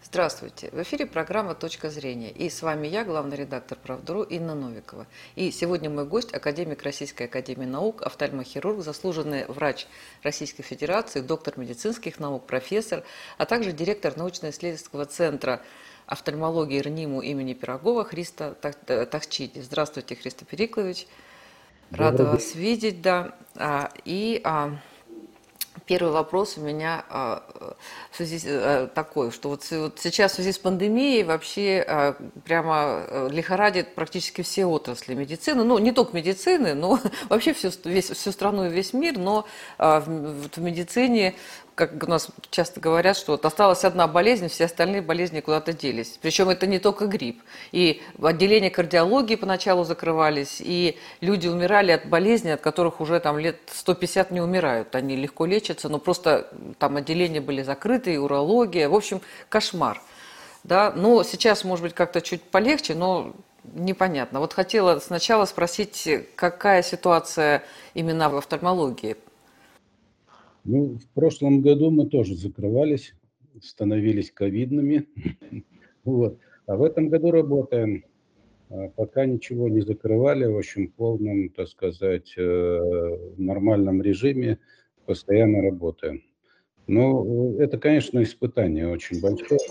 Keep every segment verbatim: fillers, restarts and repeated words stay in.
Здравствуйте! В эфире программа «Точка зрения». И с вами я, главный редактор «Правда.ру» Инна Новикова. И сегодня мой гость – академик Российской академии наук, офтальмохирург, заслуженный врач Российской Федерации, доктор медицинских наук, профессор, а также директор научно-исследовательского центра офтальмологии РНИМУ имени Пирогова Христо Тахчиди. Здравствуйте, Христо Периклович. Рада Добрый день. вас видеть, да. И первый вопрос у меня а, в связи а, такой, что вот, вот сейчас в связи с пандемией вообще а, прямо лихорадит практически все отрасли медицины, ну не только медицины, но вообще всю, весь, всю страну и весь мир, но а, в, в медицине, как у нас часто говорят, что вот осталась одна болезнь, все остальные болезни куда-то делись. Причем это не только грипп. И отделения кардиологии поначалу закрывались, и люди умирали от болезней, от которых уже там лет сто пятьдесят не умирают. Они легко лечатся, но просто там отделения были закрыты, и урология. В общем, кошмар. Да? Но сейчас, может быть, как-то чуть полегче, но непонятно. Вот хотела сначала спросить, какая ситуация именно в офтальмологии? Ну, в прошлом году мы тоже закрывались, становились ковидными. Вот. А в этом году работаем. Пока ничего не закрывали, в общем, в полном, так сказать, нормальном режиме постоянно работаем. Но это, конечно, испытание очень большое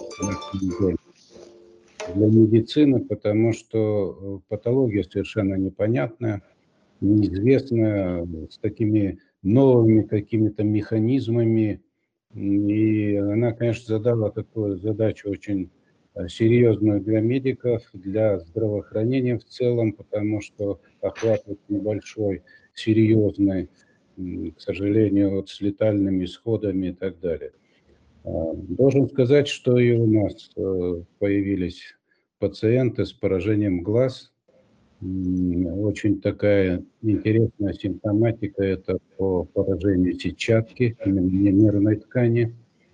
для медицины, потому что патология совершенно непонятная, неизвестная, с такими новыми какими-то механизмами. И она, конечно, задала такую задачу очень серьезную для медиков, для здравоохранения в целом, потому что охват небольшой, серьезный, к сожалению, вот с летальными исходами и так далее. Должен сказать, что и у нас появились пациенты с поражением глаз. Очень такая интересная симптоматика – это по поражению сетчатки, именно нервной ткани.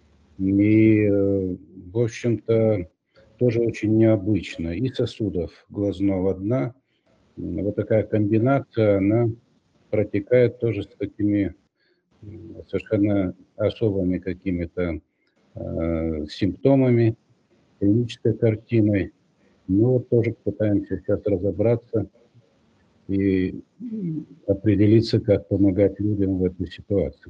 И, в общем-то, тоже очень необычно. И сосудов глазного дна. Вот такая комбинация, она протекает тоже с такими совершенно особыми какими-то э, симптомами, клинической картиной. Ну вот тоже пытаемся сейчас разобраться и определиться, как помогать людям в этой ситуации.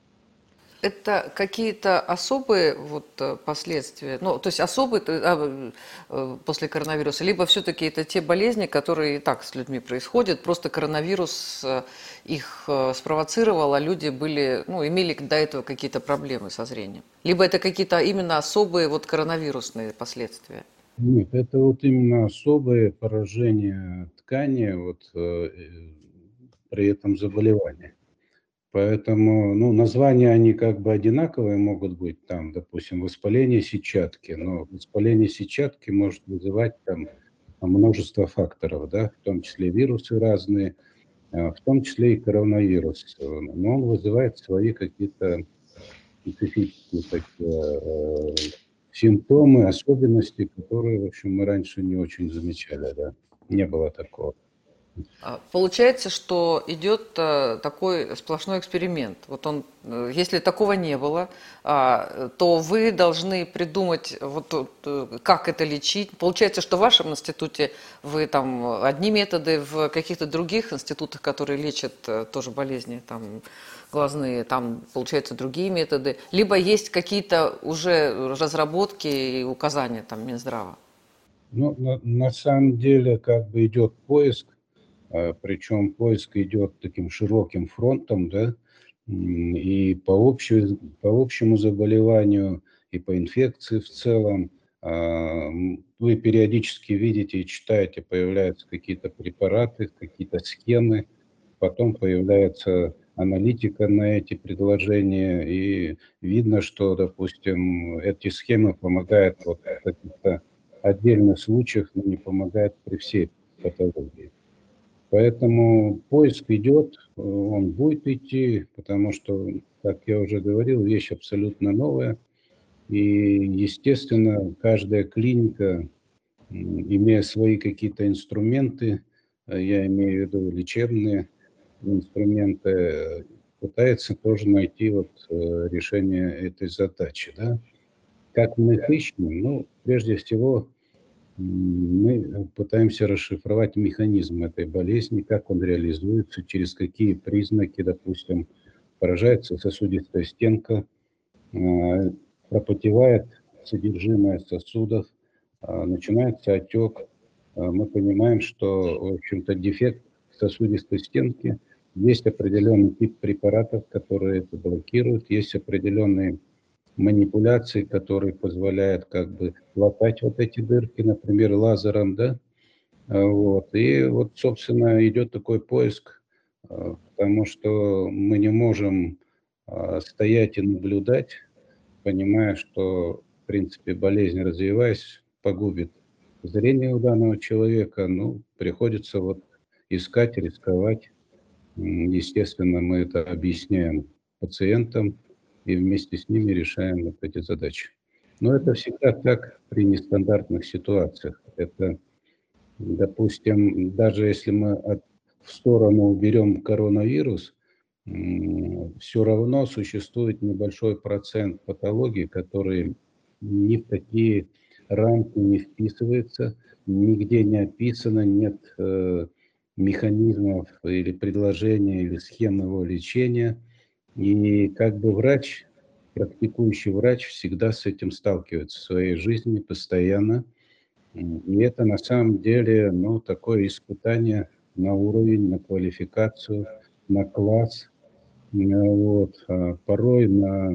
Это какие-то особые вот последствия, ну, то есть особые а, после коронавируса, либо все-таки это те болезни, которые и так с людьми происходят, просто коронавирус их спровоцировал, а люди были, ну, имели до этого какие-то проблемы со зрением? Либо это какие-то именно особые вот коронавирусные последствия? Нет, это вот именно особые поражения ткани вот, э, при этом заболевании. Поэтому, ну, названия, они как бы одинаковые могут быть, там, допустим, воспаление сетчатки, но воспаление сетчатки может вызывать там множество факторов, да, в том числе вирусы разные, в том числе и коронавирус. Но он вызывает свои какие-то специфические такие симптомы, особенности, которые, в общем, мы раньше не очень замечали, да, не было такого. Получается, что идет такой сплошной эксперимент. Вот он, если такого не было, то вы должны придумать, вот, как это лечить. Получается, что в вашем институте вы там одни методы, в каких-то других институтах, которые лечат тоже болезни там, глазные, там, получается, другие методы. Либо есть какие-то уже разработки и указания там, Минздрава. Ну, на, на самом деле, как бы идет поиск, причем поиск идет таким широким фронтом, да, и по, общему, по общему заболеванию, и по инфекции в целом. Вы периодически видите и читаете, появляются какие-то препараты, какие-то схемы, потом появляется аналитика на эти предложения, и видно, что, допустим, эти схемы помогают вот в каких-то отдельных случаях, но не помогают при всей патологии. Поэтому поиск идет, он будет идти, потому что, как я уже говорил, вещь абсолютно новая. И, естественно, каждая клиника, имея свои какие-то инструменты, я имею в виду лечебные инструменты, пытается тоже найти вот решение этой задачи, да. Как мы их ищем? Ну, прежде всего, мы пытаемся расшифровать механизм этой болезни, как он реализуется, через какие признаки, допустим, поражается сосудистая стенка, э, пропотевает содержимое сосудов, а, начинается отек. А, Мы понимаем, что, в общем-то, дефект сосудистой стенки, есть определенный тип препаратов, которые это блокируют, есть определенные манипуляции, которые позволяют как бы латать вот эти дырки, например, лазером, да. А, вот. И вот, собственно, идет такой поиск, а, потому что мы не можем а, стоять и наблюдать, понимая, что, в принципе, болезнь, развиваясь, погубит зрение у данного человека. Ну, приходится вот искать, рисковать. М, Естественно, мы это объясняем пациентам и вместе с ними решаем вот эти задачи. Но это всегда так при нестандартных ситуациях. Это, допустим, даже если мы от- в сторону уберем коронавирус, все равно существует небольшой процент патологий, которые ни в какие рамки не вписываются, нигде не описано, нет э, механизмов или предложения, или схем его лечения. И как бы врач, практикующий врач всегда с этим сталкивается в своей жизни постоянно. М, И это на самом деле, ну, такое испытание на уровень, на квалификацию, на класс, М, вот, а порой на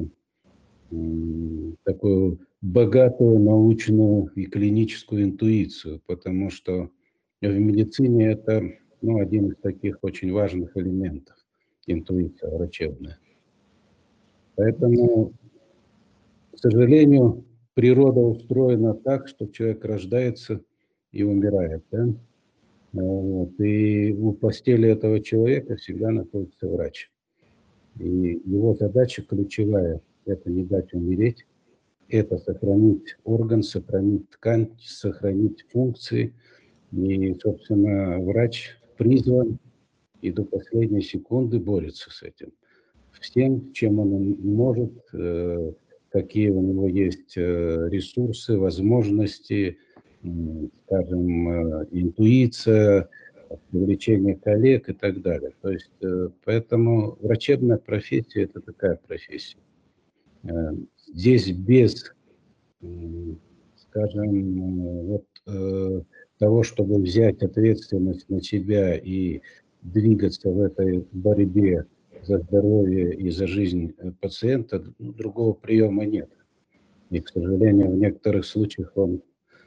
м, такую богатую научную и клиническую интуицию, потому что в медицине это, ну, один из таких очень важных элементов, интуиция врачебная. Поэтому, к сожалению, природа устроена так, что человек рождается и умирает, да? А, Вот. И у постели этого человека всегда находится врач. И его задача ключевая – это не дать умереть, это сохранить орган, сохранить ткань, сохранить функции. И, собственно, врач призван и до последней секунды борется с этим. Всем, чем он может, э, какие у него есть э, ресурсы, возможности, м, скажем, э, интуиция, привлечение коллег и так далее. То есть, э, поэтому врачебная профессия – это такая профессия. Э, Здесь без м, скажем, э, вот, э, того, чтобы взять ответственность на себя и двигаться в этой борьбе за здоровье и за жизнь э, пациента, ну, другого приема нет. И, к сожалению, в некоторых случаях он,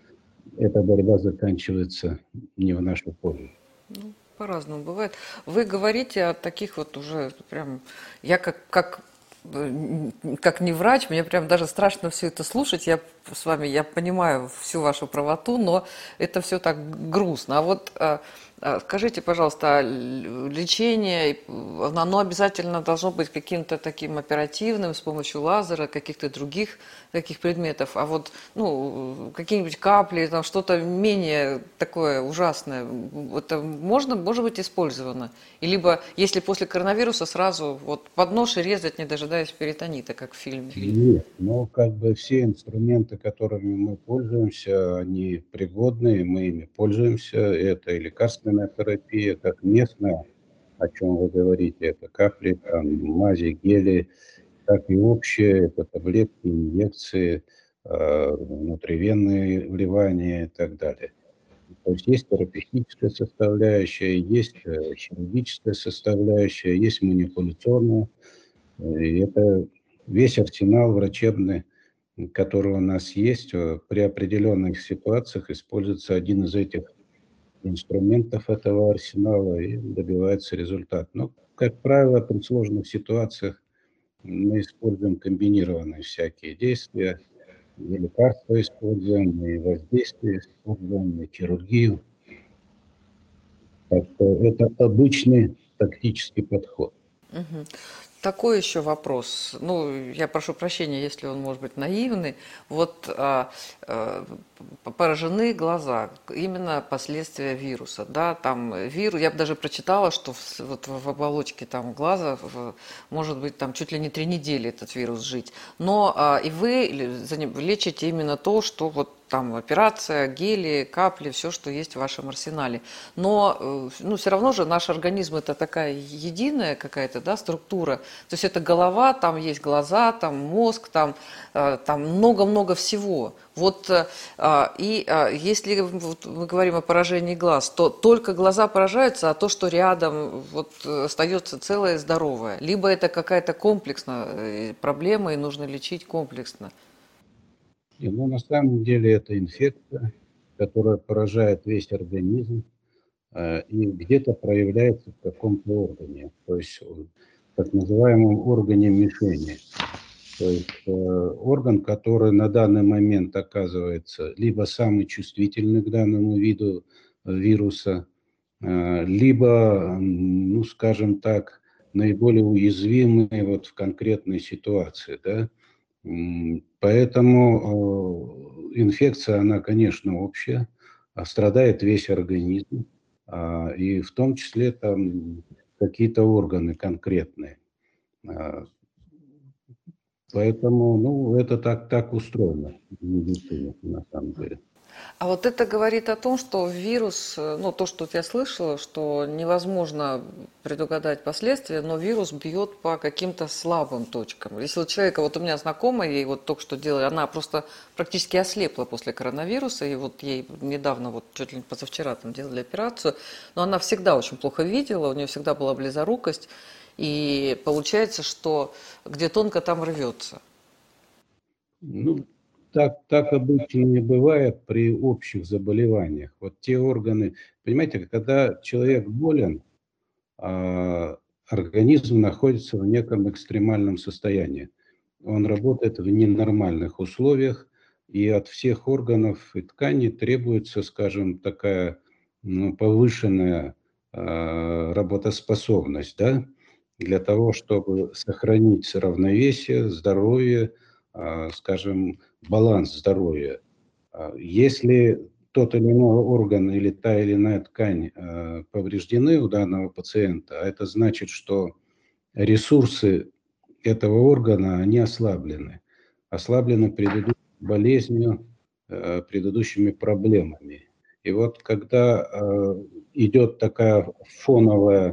эта борьба заканчивается не в нашу пользу. Ну, по-разному бывает. Вы говорите о таких вот уже прям... Я как, как, э, как не врач, мне прям даже страшно все это слушать. Я с вами, я понимаю всю вашу правоту, но это все так грустно. А вот а, а, скажите, пожалуйста, а л- лечение, э, оно обязательно должно быть каким-то таким оперативным, с помощью лазера, каких-то других таких предметов, а вот, ну, какие-нибудь капли, там что-то менее такое ужасное, это можно, может быть использовано? И либо, если после коронавируса сразу вот под нож и резать, не дожидаясь перитонита, как в фильме? Нет, но как бы все инструменты, которыми мы пользуемся, они пригодны, и мы ими пользуемся. Это и лекарственная терапия, как местная, о чем вы говорите, это капли, там, мази, гели, так и общее, это таблетки, инъекции, э, внутривенные вливания и так далее. То есть есть терапевтическая составляющая, есть э, хирургическая составляющая, есть манипуляционная. Э, И это весь арсенал врачебный, который у нас есть. Э, При определенных ситуациях используется один из этих инструментов этого арсенала и добивается результат. Но, как правило, при сложных ситуациях мы используем комбинированные всякие действия, и лекарства используем, и воздействие используем, и хирургию. Так что это обычный тактический подход. Такой еще вопрос. Ну, я прошу прощения, если он может быть наивный. Вот а, а, поражены глаза, именно последствия вируса. Да, там вирус, я бы даже прочитала, что в, вот в оболочке там глаза в, может быть там чуть ли не три недели этот вирус жить. Но а, и вы лечите именно то, что вот там операция, гели, капли, все, что есть в вашем арсенале. Но ну, все равно же наш организм это такая единая какая-то, да, структура. То есть это голова, там есть глаза, там мозг, там там много-много всего. Вот и если вот мы говорим о поражении глаз, то только глаза поражаются, а то, что рядом, вот остается целое и здоровое. Либо это какая-то комплексная проблема и нужно лечить комплексно. Ну, на самом деле это инфекция, которая поражает весь организм э, и где-то проявляется в каком-то органе, то есть в так называемом органе мишени. То есть э, орган, который на данный момент оказывается либо самый чувствительный к данному виду э, вируса, э, либо, ну, скажем так, наиболее уязвимый вот в конкретной ситуации, да. Поэтому э, инфекция, она, конечно, общая, а страдает весь организм, а, и в том числе там какие-то органы конкретные. А, Поэтому, ну, это так, так устроено в медицине, на самом деле. А вот это говорит о том, что вирус, ну то, что я слышала, что невозможно предугадать последствия, но вирус бьет по каким-то слабым точкам. Если у человека, вот у меня знакомая, ей вот только что делали, она просто практически ослепла после коронавируса, и вот ей недавно, вот чуть ли не позавчера там делали операцию, но она всегда очень плохо видела, у нее всегда была близорукость, и получается, что где тонко, там рвется. Ну, так, так обычно не бывает при общих заболеваниях. Вот те органы, понимаете, когда человек болен, а, организм находится в неком экстремальном состоянии. Он работает в ненормальных условиях, и от всех органов и тканей требуется, скажем, такая, ну, повышенная а, работоспособность, да, для того, чтобы сохранить равновесие, здоровье, а, скажем, баланс здоровья. А, Если тот или иной орган или та или иная ткань э, повреждены у данного пациента, а это значит, что ресурсы этого органа, они ослаблены. Ослаблены предыдущей болезнью, э, предыдущими проблемами. И вот когда э, идет такая фоновая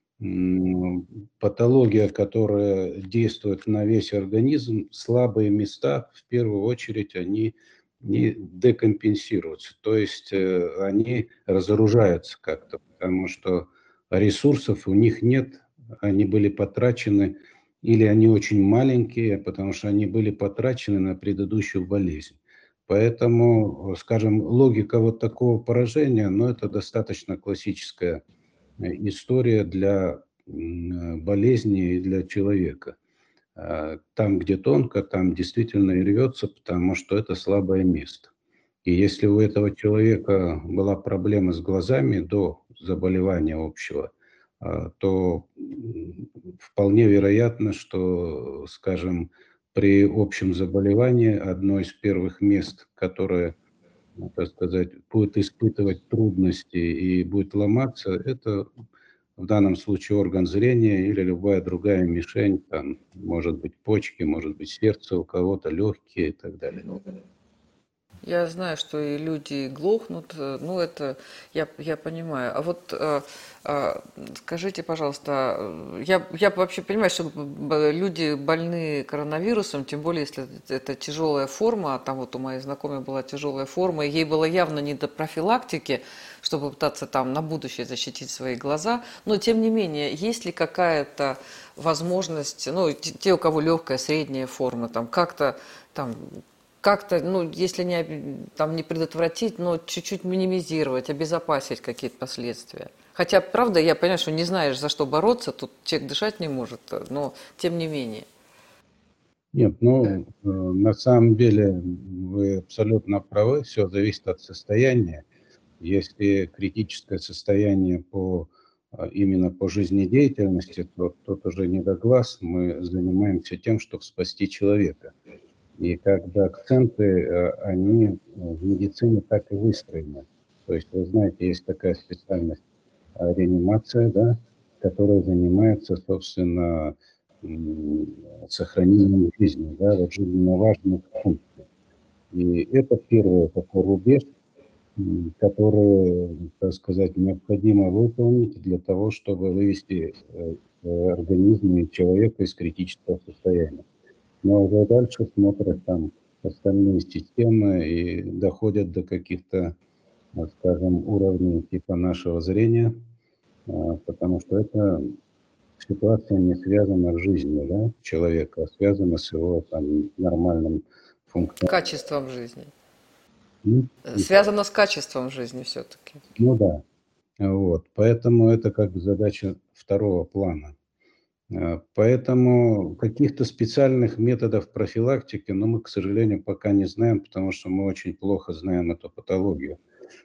м, патология, которая действует на весь организм, слабые места, в первую очередь, они не декомпенсируются, то есть э, они разоружаются как-то, потому что ресурсов у них нет, они были потрачены, или они очень маленькие, потому что они были потрачены на предыдущую болезнь. Поэтому, скажем, логика вот такого поражения, ну, это достаточно классическая э, история для м, болезни и для человека. А, Там, где тонко, там действительно и рвется, потому что это слабое место. И если у этого человека была проблема с глазами до заболевания общего, а, то м, вполне вероятно, что, скажем, при общем заболевании одно из первых мест, которое, ну, так сказать, будет испытывать трудности и будет ломаться, это в данном случае орган зрения или любая другая мишень, там, может быть, почки, может быть, сердце у кого-то, легкие и так далее. Я знаю, что и люди глохнут, э, ну это я, я понимаю. А вот э, э, скажите, пожалуйста, э, я, я вообще понимаю, что б- люди больны коронавирусом, тем более, если это это тяжелая форма, а там вот у моей знакомой была тяжелая форма, и ей было явно не до профилактики, чтобы пытаться там на будущее защитить свои глаза, но тем не менее, есть ли какая-то возможность, ну, те, те, у кого легкая, средняя форма, там как-то там как-то, ну, если не, там, не предотвратить, но чуть-чуть минимизировать, обезопасить какие-то последствия. Хотя, правда, я понимаю, что не знаешь, за что бороться, тут человек дышать не может, но тем не менее. Нет, ну, э, на самом деле вы абсолютно правы, все зависит от состояния. Если критическое состояние по именно по жизнедеятельности, то тут уже не до глаз, мы занимаемся тем, чтобы спасти человека. И когда акценты, они в медицине так и выстроены. То есть, вы знаете, есть такая специальность реанимация, да, которая занимается, собственно, сохранением жизни, да, вот жизненно важных функций. И это первый такой рубеж, который, так сказать, необходимо выполнить для того, чтобы вывести организм и человека из критического состояния. Но уже дальше смотрят там остальные системы и доходят до каких-то, скажем, уровней типа нашего зрения, потому что это ситуация не связана с жизнью, да, человека, а связана с его там нормальным функционированием. Качеством жизни. Ну, Связано с качеством жизни все-таки. Ну да. Вот. Поэтому это как бы задача второго плана. Поэтому каких-то специальных методов профилактики, но мы, к сожалению, пока не знаем, потому что мы очень плохо знаем эту патологию.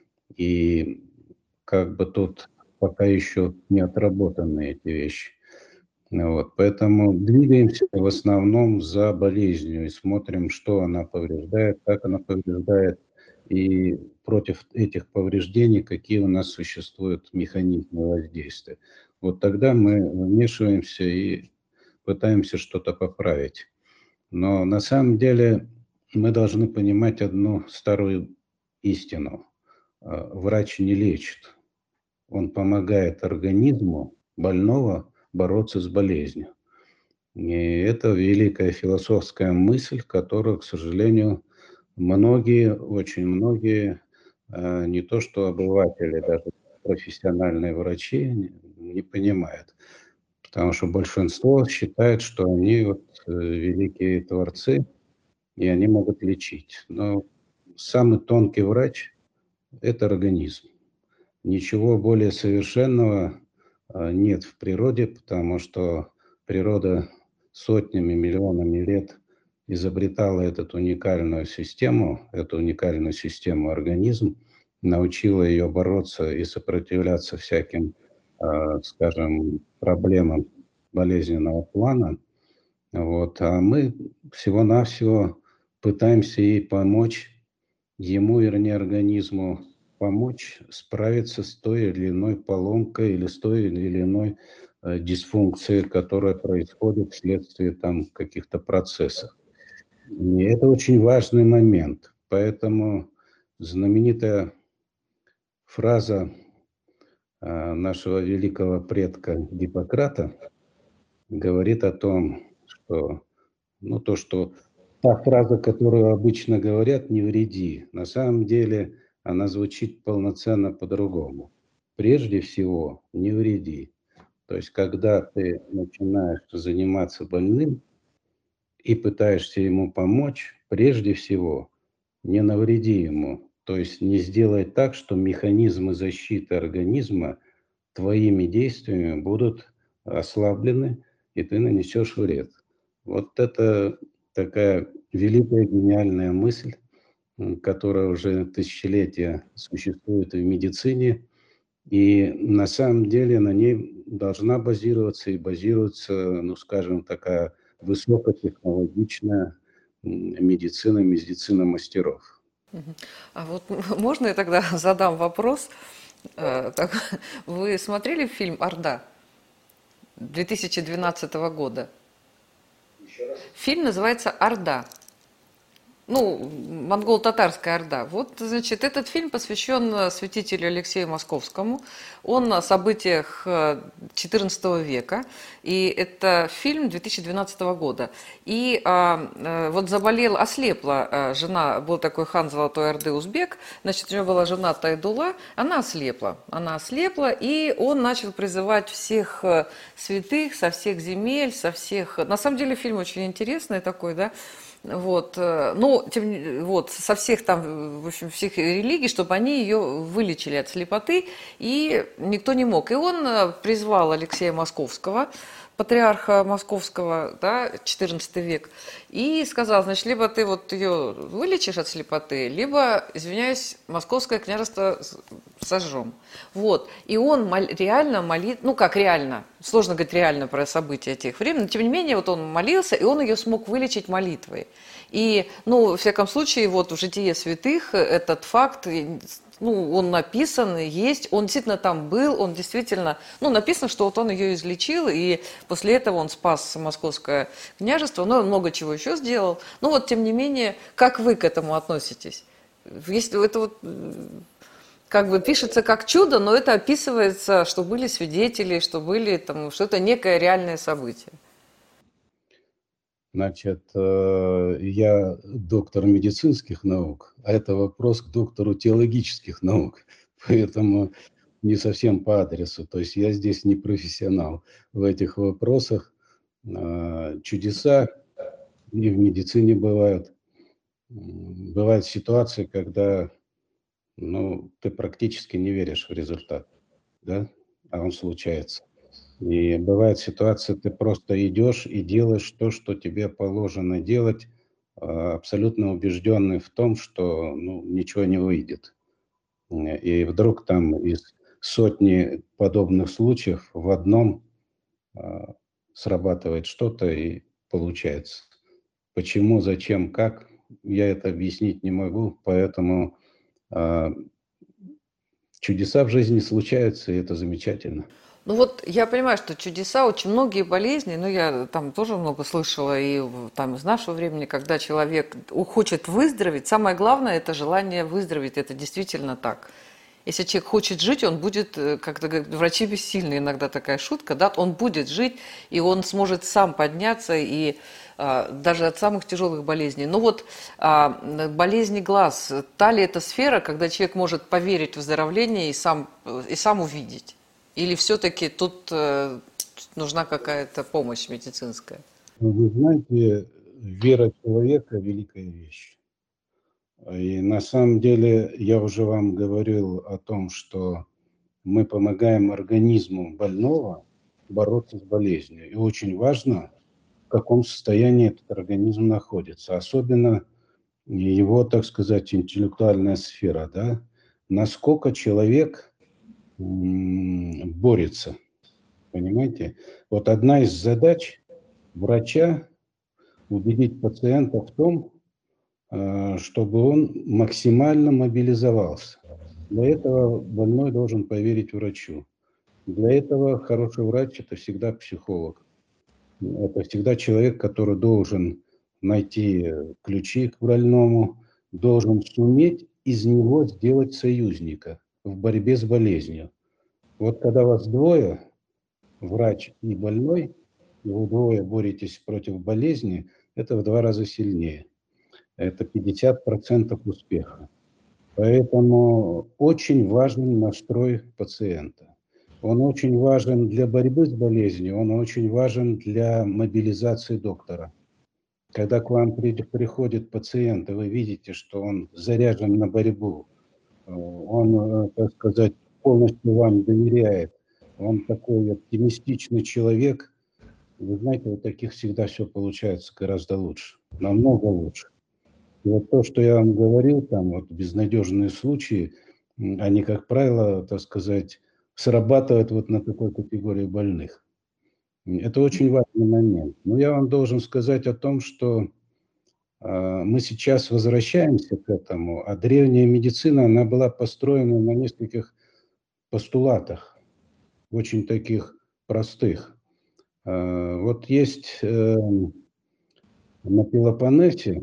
И как бы тут пока еще не отработаны эти вещи. Вот. Поэтому двигаемся в основном за болезнью и смотрим, что она повреждает, как она повреждает, и против этих повреждений какие у нас существуют механизмы воздействия. Вот тогда мы вмешиваемся и пытаемся что-то поправить. Но на самом деле мы должны понимать одну старую истину. Врач не лечит. Он помогает организму больного бороться с болезнью. И это великая философская мысль, которую, к сожалению, многие, очень многие, не то что обыватели, даже профессиональные врачи не понимают. Потому что большинство считает, что они вот великие творцы, и они могут лечить. Но самый тонкий врач – это организм. Ничего более совершенного нет в природе, потому что природа сотнями, миллионами лет изобретала эту уникальную систему, эту уникальную систему организм, научила ее бороться и сопротивляться всяким, скажем, проблемам болезненного плана. Вот. А мы всего-навсего пытаемся ей помочь, ему, вернее, организму, помочь справиться с той или иной поломкой или с той или иной э, дисфункцией, которая происходит вследствие там каких-то процессов. И это очень важный момент. Поэтому знаменитая фраза э, нашего великого предка Гиппократа говорит о том, что, ну, то, что та фраза, которую обычно говорят, не вреди, на самом деле она звучит полноценно по-другому. Прежде всего, не вреди. То есть, когда ты начинаешь заниматься больным и пытаешься ему помочь, прежде всего, не навреди ему. То есть, не сделай так, что механизмы защиты организма твоими действиями будут ослаблены, и ты нанесешь вред. Вот это такая великая гениальная мысль, которая уже тысячелетия существует в медицине, и на самом деле на ней должна базироваться и базируется, ну, скажем, такая высокотехнологичная медицина, медицина мастеров. А вот можно я тогда задам вопрос? Вы смотрели фильм «Орда» две тысячи двенадцатого года? Фильм называется «Орда». Ну, монголо-татарская орда. Вот, значит, этот фильм посвящен святителю Алексею Московскому. Он о событиях четырнадцатого века. И это фильм две тысячи двенадцатого года. И а, вот заболела, ослепла жена, был такой хан Золотой Орды Узбек, значит, у него была жена Тайдула, она ослепла. Она ослепла, и он начал призывать всех святых со всех земель, со всех... На самом деле фильм очень интересный такой, да. Вот, ну, тем, вот, со всех там, в общем, всех религий, чтобы они ее вылечили от слепоты, и никто не мог. И он призвал Алексея Московского, патриарха московского, да, четырнадцатый век, и сказал, значит, либо ты вот ее вылечишь от слепоты, либо, извиняюсь, московское княжество сожжем. Вот. И он мол, реально молит, ну как реально, сложно говорить реально про события тех времен, но тем не менее вот он молился, и он ее смог вылечить молитвой. И, ну, во всяком случае, вот в «Житие святых» этот факт, ну, он написан, есть, он действительно там был, он действительно, ну, написано, что вот он ее излечил, и после этого он спас Московское княжество, но он много чего еще сделал. Ну, вот, тем не менее, как вы к этому относитесь? Если это вот как бы пишется как чудо, но это описывается, что были свидетели, что были там, что это некое реальное событие. Значит, э, я доктор медицинских наук, а это вопрос к доктору теологических наук, поэтому не совсем по адресу. То есть я здесь не профессионал в этих вопросах. А, Чудеса и в медицине бывают. М, Бывают ситуации, когда, ну, ты практически не веришь в результат, да, а он случается. И бывает ситуация, ты просто идешь и делаешь то, что тебе положено делать, а, абсолютно убежденный в том, что, ну, ничего не выйдет. М, И вдруг там из сотни подобных случаев в одном а, срабатывает что-то и получается. Почему, зачем, как, я это объяснить не могу, поэтому а, чудеса в жизни случаются, и это замечательно. Ну вот я понимаю, что чудеса, очень многие болезни, ну я там тоже много слышала и в- там из нашего времени, когда человек у- хочет выздороветь, самое главное это желание выздороветь, это действительно так. Если человек хочет жить, он будет, э, как-то говорят, врачи бессильны, иногда такая шутка, да, он будет жить, и он сможет сам подняться, и а, даже от самых тяжелых болезней. Но вот а, болезни глаз, та ли это сфера, когда человек может поверить в выздоровление и сам, и сам увидеть? Или все-таки тут э, нужна какая-то помощь медицинская? Ну, вы знаете, вера человека – великая вещь. И на самом деле я уже вам говорил о том, что мы помогаем организму больного бороться с болезнью. И очень важно, в каком состоянии этот организм находится. Особенно его, так сказать, интеллектуальная сфера. Да? Насколько человек м, борется. Понимаете? Вот одна из задач врача – убедить пациента в том, э, чтобы он максимально мобилизовался. Для этого больной должен поверить врачу. Для этого хороший врач – это всегда психолог. Это всегда человек, который должен найти ключи к больному, должен суметь из него сделать союзника в борьбе с болезнью. Вот когда вас двое, врач и больной, и вы двое боретесь против болезни, это в два раза сильнее. Это пятьдесят процентов успеха. Поэтому очень важен настрой пациента. Он очень важен для борьбы с болезнью, он очень важен для мобилизации доктора. Когда к вам при- приходит пациент, и вы видите, что он заряжен на борьбу, э, он, э, так сказать, полностью вам доверяет, он такой оптимистичный человек, вы знаете, у таких всегда все получается гораздо лучше, намного лучше. И вот то, что я вам говорил, там вот безнадежные случаи, м, они, как правило, так сказать, срабатывают вот на такой категории больных. М, Это очень важный момент. Но я вам должен сказать о том, что а, мы сейчас возвращаемся к этому, а древняя медицина, она была построена на нескольких постулатах, очень таких простых. А, Вот есть э, на Пелопоннесе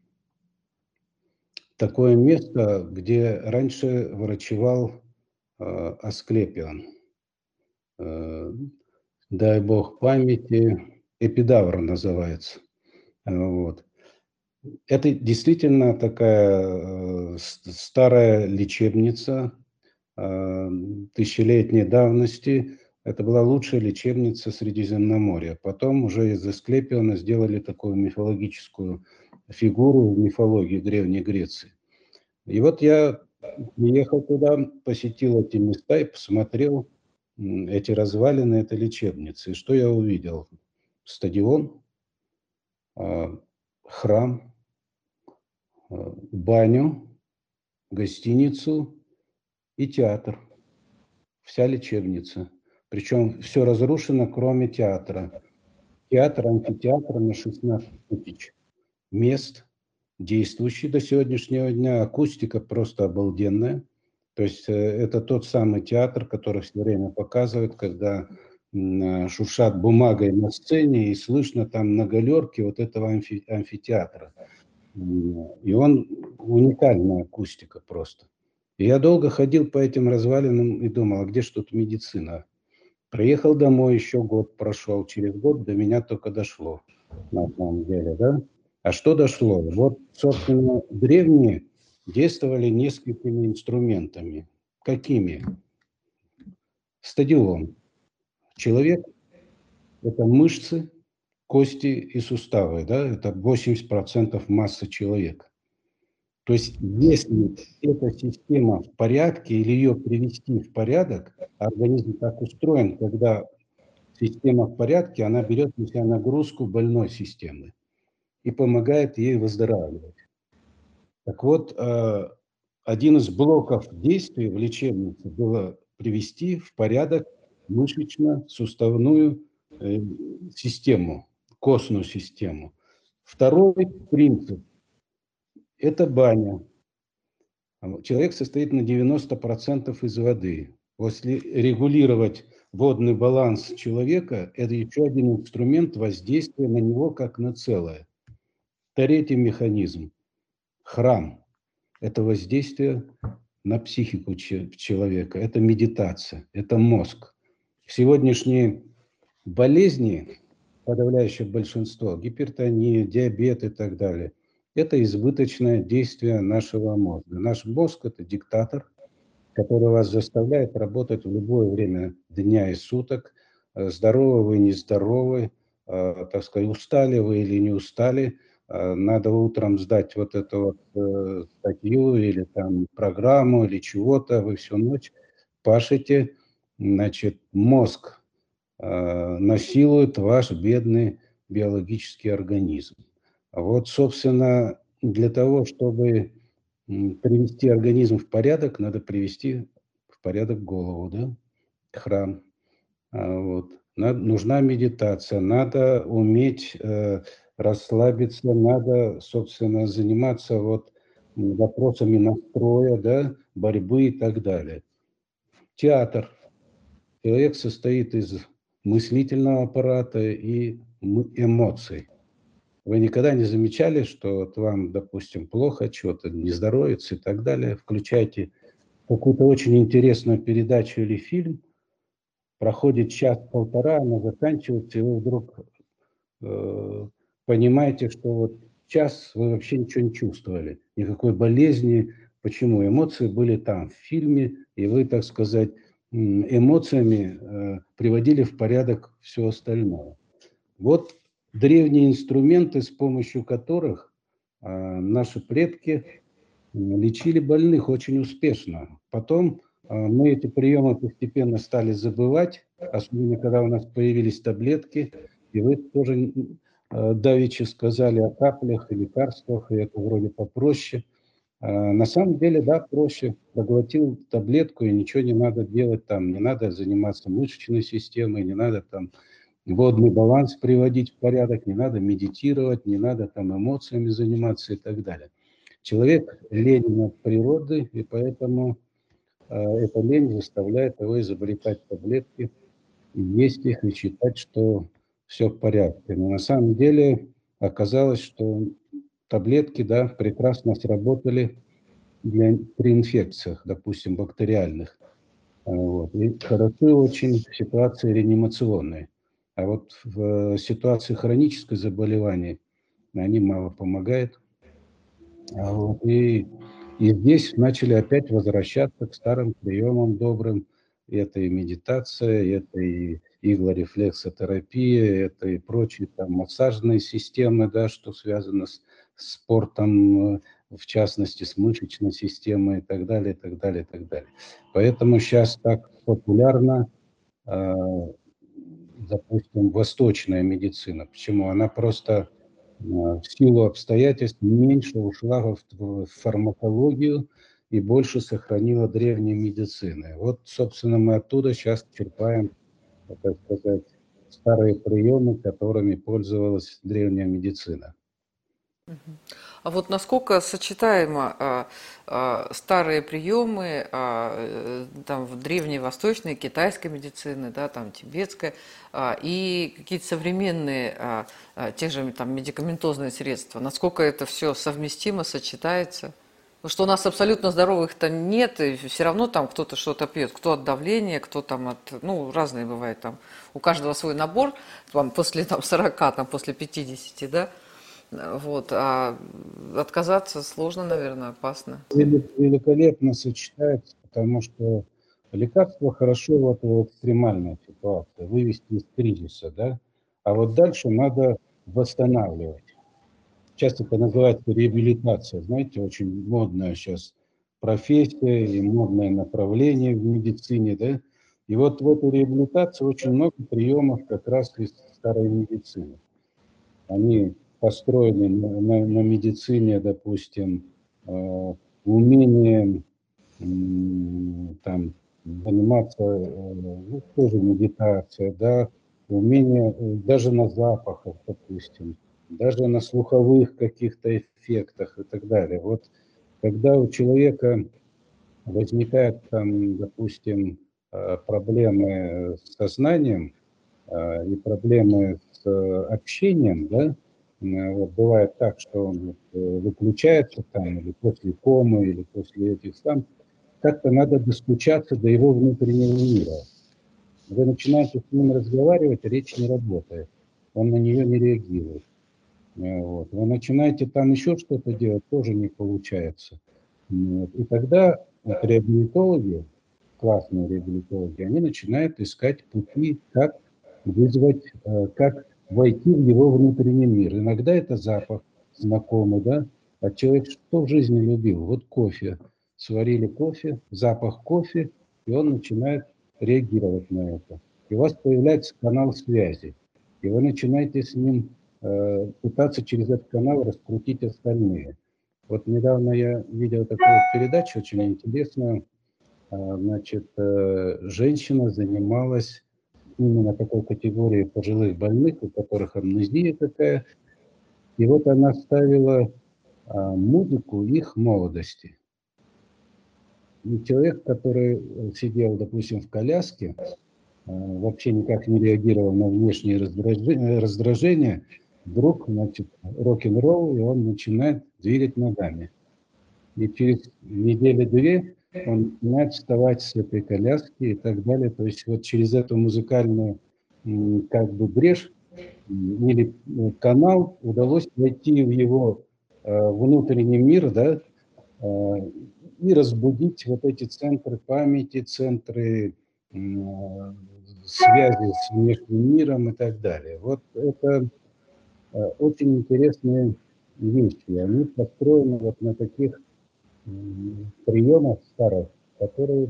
такое место, где раньше врачевал э, Асклепион. Э, Дай бог памяти, Эпидавр называется. Э, Вот. Это действительно такая э, с- старая лечебница э, тысячелетней давности. Это была лучшая лечебница Средиземноморья. Потом уже из Асклепиона сделали такую мифологическую фигуру в мифологии Древней Греции. И вот я приехал туда, посетил эти места и посмотрел, эти развалины, это лечебницы. И что я увидел? Стадион, храм, баню, гостиницу и театр. Вся лечебница. Причем все разрушено, кроме театра. Театр, амфитеатр на шестнадцать тысяч мест, действующий до сегодняшнего дня. Акустика просто обалденная. То есть это тот самый театр, который все время показывают, когда шуршат бумагой на сцене и слышно там на галерке вот этого амфи, амфитеатра. И он уникальная акустика просто. И я долго ходил по этим развалинам и думал, а где ж тут медицина? Приехал домой, еще год прошел. Через год до меня только дошло, на самом деле, да? А что дошло? Вот, собственно, древние действовали несколькими инструментами. Какими? Стадион. Человек – это мышцы, кости и суставы, да? Это восемьдесят процентов массы человека. То есть, если эта система в порядке или ее привести в порядок, организм так устроен, когда система в порядке, она берет на себя нагрузку больной системы и помогает ей выздоравливать. Так вот, один из блоков действий в лечебнице было привести в порядок мышечно-суставную систему, костную систему. Второй принцип – это баня. Человек состоит на девяносто процентов из воды. Если регулировать водный баланс человека, это еще один инструмент воздействия на него как на целое. Третий механизм – храм. Это воздействие на психику человека, это медитация, это мозг. Сегодняшние болезни, подавляющее большинство, гипертония, диабет и так далее, это избыточное действие нашего мозга. Наш мозг – это диктатор, который вас заставляет работать в любое время дня и суток, здоровы вы, нездоровы, так сказать, устали вы или не устали, надо утром сдать вот эту вот статью или там программу или чего-то, вы всю ночь пашете, значит, мозг насилует ваш бедный биологический организм. Вот, собственно, для того, чтобы привести организм в порядок, надо привести в порядок голову, да, храм. Вот. Надо, нужна медитация, надо уметь э, расслабиться, надо, собственно, заниматься вот вопросами настроя, да, борьбы и так далее. Театр. Человек состоит из мыслительного аппарата и эмоций. Вы никогда не замечали, что вот вам, допустим, плохо, что-то не здоровится и так далее, включайте какую-то очень интересную передачу или фильм, проходит час-полтора, она заканчивается, и вы вдруг э, понимаете, что вот час вы вообще ничего не чувствовали, никакой болезни. Почему? Эмоции были там, в фильме, и вы, так сказать, эмоциями э, приводили в порядок все остальное. Вот древние инструменты, с помощью которых э, наши предки лечили больных очень успешно. Потом э, мы эти приемы постепенно стали забывать, особенно когда у нас появились таблетки, и вы тоже э, давеча сказали о каплях и лекарствах, и это вроде попроще. Э, на самом деле, да, проще. Проглотил таблетку, и ничего не надо делать там, не надо заниматься мышечной системой, не надо там водный баланс приводить в порядок, не надо медитировать, не надо там эмоциями заниматься и так далее. Человек ленен от природы, и поэтому э, эта лень заставляет его изобретать таблетки, есть их и считать, что все в порядке. Но на самом деле оказалось, что таблетки, да, прекрасно сработали для, при инфекциях, допустим, бактериальных. Вот. И хорошо очень в ситуации реанимационной. А вот в ситуации хронического заболевания они мало помогают. А вот, и, и здесь начали опять возвращаться к старым приемам добрым. Это и медитация, это и иглорефлексотерапия, это и прочие там массажные системы, да, что связано с спортом, в частности, с мышечной системой и так далее, и так далее, и так далее. Поэтому сейчас так популярно допустим, восточная медицина. Почему? Она просто в силу обстоятельств меньше ушла в фармакологию и больше сохранила древней медицины. Вот, собственно, мы оттуда сейчас черпаем, так сказать, старые приемы, которыми пользовалась древняя медицина. А вот насколько сочетаемо а, а, старые приемы а, там, в древней восточной, китайской медицины, да, там, тибетской, а, и какие-то современные, а, а, те же там, медикаментозные средства, насколько это все совместимо, сочетается? Потому что у нас абсолютно здоровых-то нет, и все равно там кто-то что-то пьет, кто от давления, кто там от, ну, разные бывают там, у каждого свой набор, там, после там, сорока, там, после пятидесяти, да, вот, а отказаться сложно, наверное, опасно. Великолепно сочетается, потому что лекарство хорошо вот в экстремальной ситуации, вывести из кризиса, да, а вот дальше надо восстанавливать. Часто это называется реабилитация, знаете, очень модная сейчас профессия и модное направление в медицине, да, и вот в этой реабилитации очень много приемов как раз из старой медицины. Они построены на, на, на медицине, допустим, э, умением э, там, заниматься, э, ну, тоже медитация, да, умение э, даже на запахах, допустим, даже на слуховых каких-то эффектах и так далее. Вот когда у человека возникают там, допустим, э, проблемы с сознанием э, и проблемы с э, общением, да, вот бывает так, что он выключается там, или после комы, или после этих сам, как-то надо достучаться до его внутреннего мира. Вы начинаете с ним разговаривать, речь не работает, он на нее не реагирует. Вот. Вы начинаете там еще что-то делать, тоже не получается. Вот. И тогда вот, реабилитологи, классные реабилитологи, они начинают искать пути, как вызвать, как войти в его внутренний мир. Иногда это запах знакомый, да, а человек что в жизни любил? Вот кофе. Сварили кофе, запах кофе, и он начинает реагировать на это. И у вас появляется канал связи, и вы начинаете с ним э, пытаться через этот канал раскрутить остальные. Вот недавно я видел такую передачу очень интересную. Значит, женщина занималась именно такой категорией пожилых больных, у которых амнезия такая. И вот она ставила музыку их молодости. И человек, который сидел, допустим, в коляске, вообще никак не реагировал на внешние раздражения, раздражения, вдруг, значит, рок-н-ролл, и он начинает двигать ногами. И через неделю-две он начинает вставать с этой коляски и так далее. То есть вот через эту музыкальную как бы брешь или канал удалось войти в его э, внутренний мир, да, э, и разбудить вот эти центры памяти, центры э, связи с внешним миром и так далее. Вот это э, очень интересные вещи. Они построены вот на таких приемов старых, которые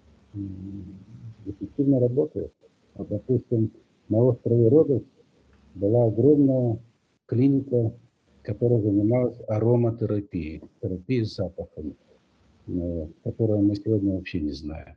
эффективно работают. Вот, допустим, на острове Родос была огромная клиника, которая занималась ароматерапией, терапией с запахами, которую мы сегодня вообще не знаем,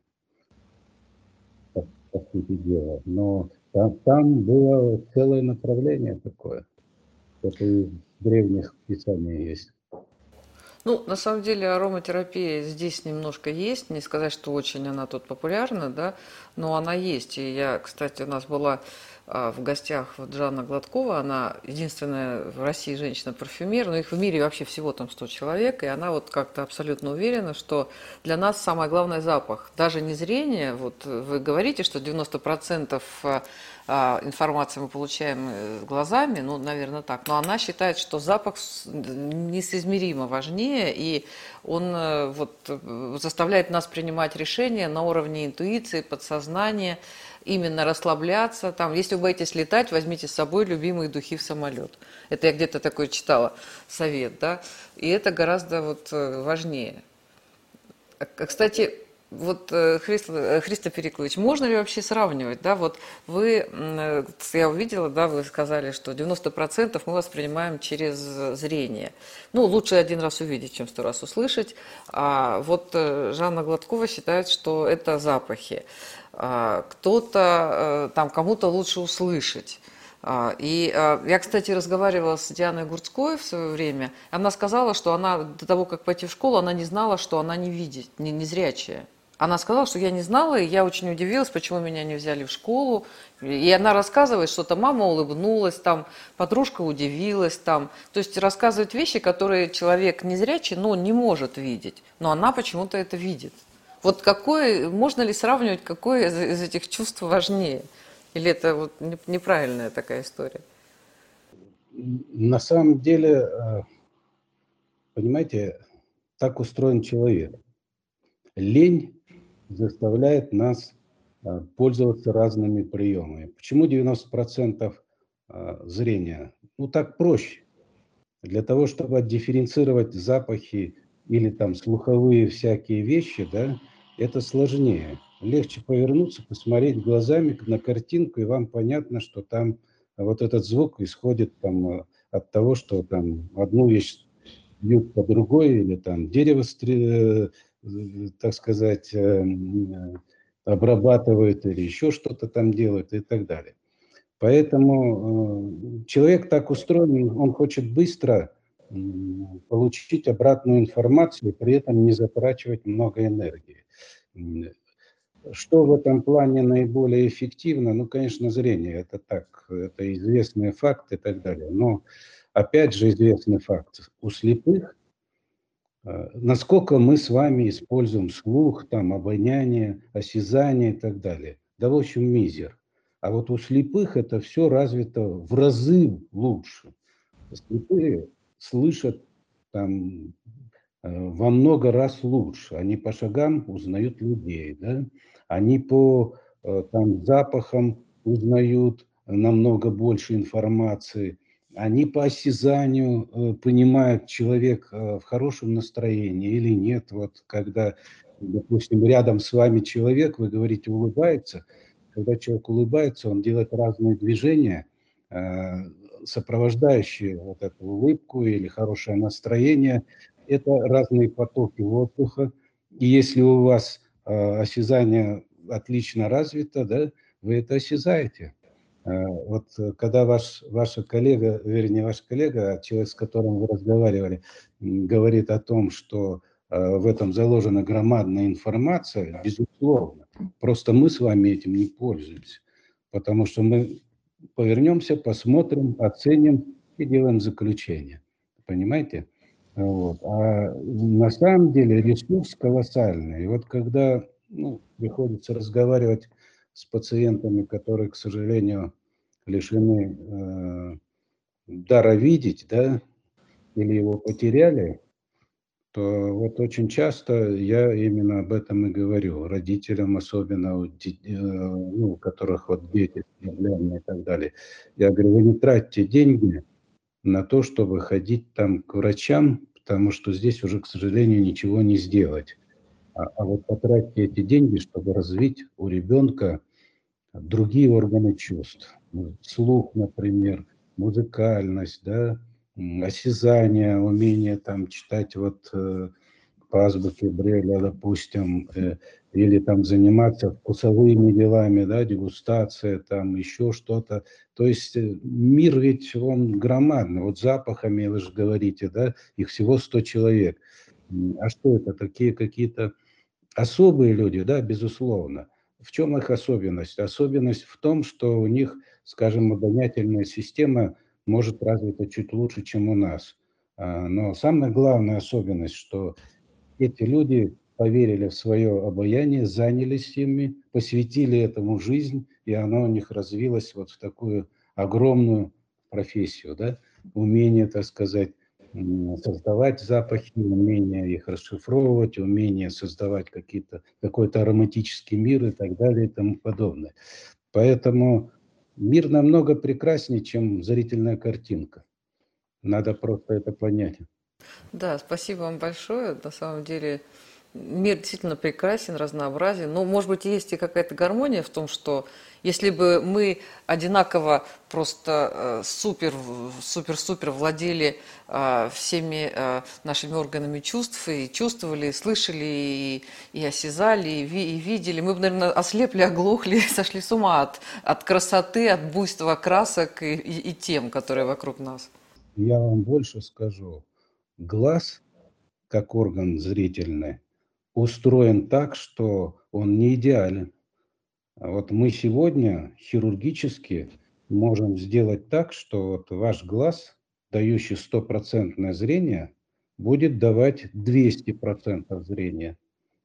по, по сути дела. Но там, там было целое направление такое. Это из древних писаний есть. Ну, на самом деле ароматерапия здесь немножко есть, не сказать, что очень она тут популярна, да, но она есть. И я, кстати, у нас была а, в гостях вот Жанна Гладкова, она единственная в России женщина-парфюмер, но их в мире вообще всего там сто человек, и она вот как-то абсолютно уверена, что для нас самое главное запах, даже не зрение, вот вы говорите, что девяносто процентов информации мы получаем глазами, ну, наверное, так. Но она считает, что запах несоизмеримо важнее, и он вот заставляет нас принимать решения на уровне интуиции, подсознания, именно расслабляться. Там, если вы боитесь летать, возьмите с собой любимые духи в самолет. Это я где-то такой читала совет, да. И это гораздо вот важнее. Кстати, Вот, э, Христо, э, Христо Периклович, можно ли вообще сравнивать, да, вот вы, м, э, я увидела, да, вы сказали, что девяносто процентов мы воспринимаем через зрение. Ну, лучше один раз увидеть, чем сто раз услышать. А вот э, Жанна Гладкова считает, что это запахи. А, кто-то, э, там, кому-то лучше услышать. А, И а, я, кстати, разговаривала с Дианой Гурцкой в свое время. Она сказала, что она до того, как пойти в школу, она не знала, что она не видит, не, не зрячая. Она сказала, что я не знала, и я очень удивилась, почему меня не взяли в школу. И она рассказывает, что-то мама улыбнулась, там подружка удивилась, там. То есть рассказывает вещи, которые человек незрячий, но не может видеть. Но она почему-то это видит. Вот какое, можно ли сравнивать, какое из, из этих чувств важнее? Или это вот неправильная такая история? На самом деле, э, понимаете, так устроен человек. Лень заставляет нас э, пользоваться разными приемами. Почему девяносто процентов э, зрения? Ну, так проще. Для того, чтобы отдифференцировать запахи или там слуховые всякие вещи, да, это сложнее. Легче повернуться, посмотреть глазами на картинку, и вам понятно, что там вот этот звук исходит там э, от того, что там одну вещь бьют по другой, или там дерево, стре- э, так сказать, э, м, э, обрабатывает, или еще что-то там делает и так далее. Поэтому э, человек так устроен, он хочет быстро м, получить обратную информацию, при этом не затрачивать много энергии. М, Что в этом плане наиболее эффективно? Ну, конечно, зрение. Это так, это известный факт и так далее. Но опять же известный факт. У слепых э, насколько мы с вами используем слух, там, обоняние, осязание и так далее? Да, в общем, мизер. А вот у слепых это все развито в разы лучше. Слепые слышат там э, во много раз лучше. Они по шагам узнают людей, да? Они по э, там, запахам узнают намного больше информации. Они по осязанию э, понимают, человек э, в хорошем настроении или нет. Вот когда, допустим, рядом с вами человек, вы говорите, улыбается. Когда человек улыбается, он делает разные движения, э, сопровождающие вот эту улыбку или хорошее настроение. Это разные потоки воздуха. И если у вас э, осязание отлично развито, да, вы это осязаете. Э, Вот э, когда ваш, ваша коллега, вернее, ваш коллега, а человек, с которым вы разговаривали, м, говорит о том, что э, в этом заложена громадная информация, безусловно. Просто мы с вами этим не пользуемся, потому что мы повернемся, посмотрим, оценим и делаем заключение. Понимаете? Вот. А на самом деле ресурс колоссальный. И вот когда ну, приходится разговаривать с пациентами, которые, к сожалению, лишены э, дара видеть, да, или его потеряли, то вот очень часто я именно об этом и говорю. Родителям, особенно, у де- э, ну, у которых вот дети с проблемами и так далее. Я говорю, вы не тратьте деньги на то, чтобы ходить там к врачам, потому что здесь уже, к сожалению, ничего не сделать. А, а вот потратьте эти деньги, чтобы развить у ребенка другие органы чувств. Ну, слух, например, музыкальность, да, м, осязание, умение там читать вот э, по азбуке Брейля, допустим, э, или там заниматься вкусовыми делами, да, дегустация, там еще что-то. То есть э, мир ведь он громадный. Вот запахами, вы же говорите, да, их всего сто человек. М, А что это? Такие какие-то особые люди, да, безусловно. В чем их особенность? Особенность в том, что у них, скажем, обонятельная система может развита чуть лучше, чем у нас. А, Но самая главная особенность, что эти люди поверили в свое обаяние, занялись ими, посвятили этому жизнь, и оно у них развилось вот в такую огромную профессию, да, умение, так сказать, м, создавать запахи, умение их расшифровывать, умение создавать какие-то, какой-то ароматический мир и так далее и тому подобное. Поэтому мир намного прекраснее, чем зрительная картинка. Надо просто это понять. Да, спасибо вам большое. На самом деле мир действительно прекрасен, разнообразен. Но, может быть, есть и какая-то гармония в том, что если бы мы одинаково просто э, супер, супер, супер владели э, всеми э, нашими органами чувств, и чувствовали, и слышали, и, и осязали, и, ви, и видели, мы бы, наверное, ослепли, оглохли, сошли с ума от, от красоты, от буйства красок и, и, и тем, которые вокруг нас. Я вам больше скажу. Глаз, как орган зрительный, устроен так, что он не идеален. А вот мы сегодня хирургически можем сделать так, что вот ваш глаз, дающий стопроцентное зрение, будет давать двести процентов зрения.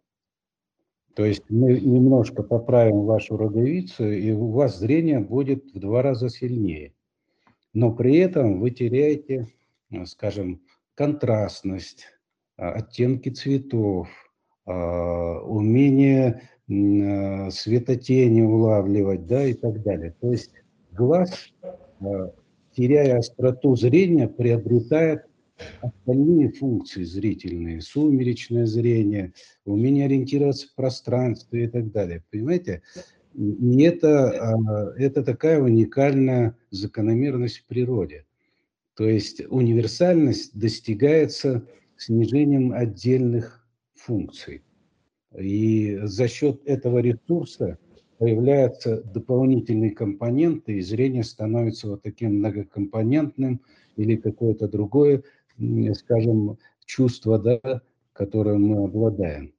То есть мы немножко поправим вашу роговицу, и у вас зрение будет в два раза сильнее. Но при этом вы теряете, э, скажем, контрастность, а, оттенки цветов, а, умение м, э, светотени улавливать, да, и так далее. То есть глаз, э, теряя остроту зрения, приобретает остальные функции зрительные, сумеречное зрение, умение ориентироваться в пространстве и так далее. Понимаете? И это, а, это такая уникальная закономерность в природе. То есть универсальность достигается снижением отдельных функций. И за счет этого ресурса появляются дополнительные компоненты, и зрение становится вот таким многокомпонентным или какое-то другое, м, скажем, чувство, да, которым мы обладаем.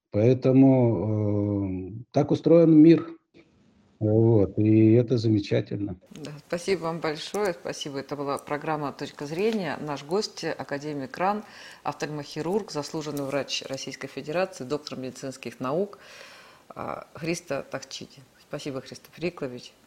Поэтому э, так устроен мир. Вот, и это замечательно. Да, спасибо вам большое, спасибо. Это была программа «Точка зрения». Наш гость – академик РАН, офтальмохирург, заслуженный врач Российской Федерации, доктор медицинских наук Христо Тахчидин. Спасибо, Христо Периклович.